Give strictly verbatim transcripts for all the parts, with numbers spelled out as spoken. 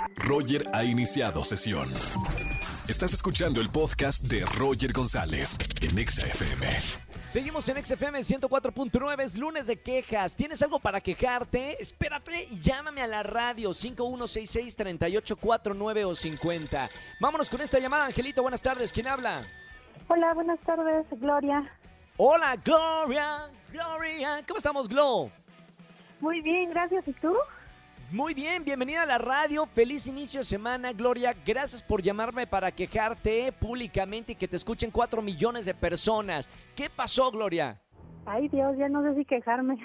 Roger ha iniciado sesión. Estás escuchando el podcast de Roger González en Exa F M. Seguimos en Exa F M ciento cuatro punto nueve, es lunes de quejas. ¿Tienes algo para quejarte? Espérate y llámame a la radio cinco uno seis seis, tres ocho cuatro nueve o cincuenta. Vámonos con esta llamada, Angelito. Buenas tardes, ¿quién habla? Hola, buenas tardes, Gloria. Hola, Gloria, Gloria. ¿Cómo estamos, Glo? Muy bien, gracias. ¿Y tú? Muy bien, bienvenida a la radio. Feliz inicio de semana, Gloria. Gracias por llamarme para quejarte públicamente y que te escuchen cuatro millones de personas. ¿Qué pasó, Gloria? Ay, Dios, ya no sé si quejarme.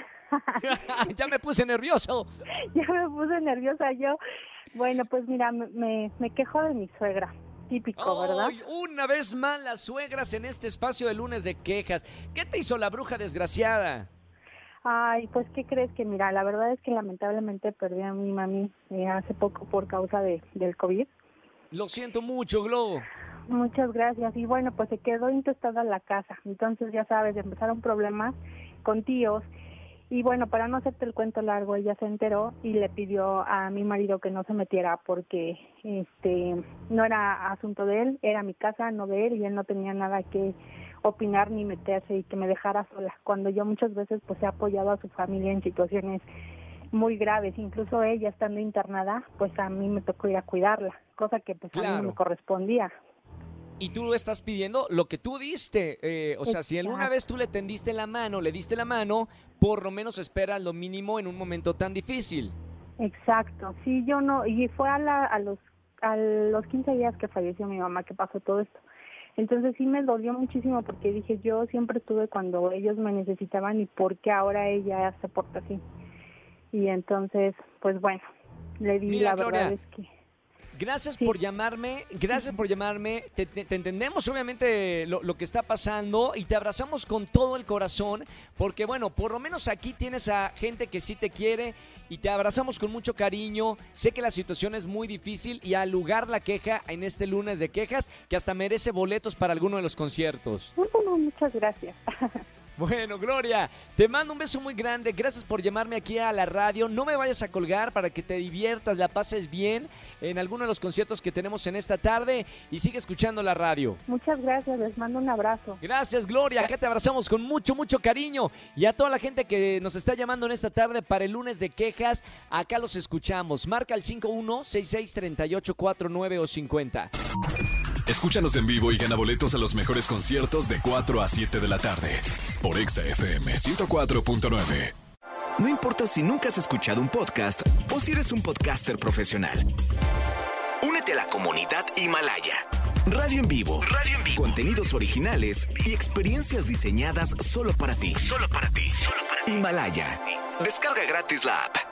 Ya me puse nervioso. Ya me puse nerviosa yo. Bueno, pues mira, me, me, me quejo de mi suegra. Típico, oh, ¿verdad? Una vez más las suegras en este espacio de lunes de quejas. ¿Qué te hizo la bruja desgraciada? Ay, pues, ¿qué crees? Que mira, la verdad es que lamentablemente perdí a mi mami eh, hace poco por causa de del COVID. Lo siento mucho, Glo. Muchas gracias. Y bueno, pues se quedó intestada la casa. Entonces, ya sabes, empezaron problemas con tíos. Y bueno, para no hacerte el cuento largo, ella se enteró y le pidió a mi marido que no se metiera porque este no era asunto de él, era mi casa, no de él, y él no tenía nada que opinar ni meterse y que me dejara sola, cuando yo muchas veces pues he apoyado a su familia en situaciones muy graves, incluso ella estando internada, pues a mí me tocó ir a cuidarla, cosa que pues claro. A mí no me correspondía. Y tú estás pidiendo lo que tú diste, eh, o sea, si alguna vez tú le tendiste la mano, le diste la mano, por lo menos espera lo mínimo en un momento tan difícil. Exacto, sí, yo no, y fue a, la, a los a los quince días que falleció mi mamá que pasó todo esto. Entonces sí me dolió muchísimo porque dije, yo siempre estuve cuando ellos me necesitaban y por qué ahora ella se porta así. Y entonces, pues bueno, le di Mira, la Gloria, verdad es que... Gracias sí. por llamarme, gracias por llamarme, te, te, te entendemos obviamente lo, lo que está pasando y te abrazamos con todo el corazón porque bueno, por lo menos aquí tienes a gente que sí te quiere y te abrazamos con mucho cariño. Sé que la situación es muy difícil y al lugar la queja en este lunes de quejas que hasta merece boletos para alguno de los conciertos. Bueno, muchas gracias. Bueno, Gloria, te mando un beso muy grande. Gracias por llamarme aquí a la radio. No me vayas a colgar para que te diviertas, la pases bien en alguno de los conciertos que tenemos en esta tarde y sigue escuchando la radio. Muchas gracias, les mando un abrazo. Gracias, Gloria. Acá te abrazamos con mucho, mucho cariño. Y a toda la gente que nos está llamando en esta tarde para el lunes de quejas, acá los escuchamos. Marca el cinco uno seis seis, tres ocho cuatro nueve o cincuenta. Escúchanos en vivo y gana boletos a los mejores conciertos de cuatro a siete de la tarde por Exa F M ciento cuatro punto nueve. No importa si nunca has escuchado un podcast o si eres un podcaster profesional. Únete a la comunidad Himalaya. Radio en vivo, radio en vivo, contenidos originales y experiencias diseñadas solo para ti. Solo para ti. Solo para ti. Himalaya. Descarga gratis la app.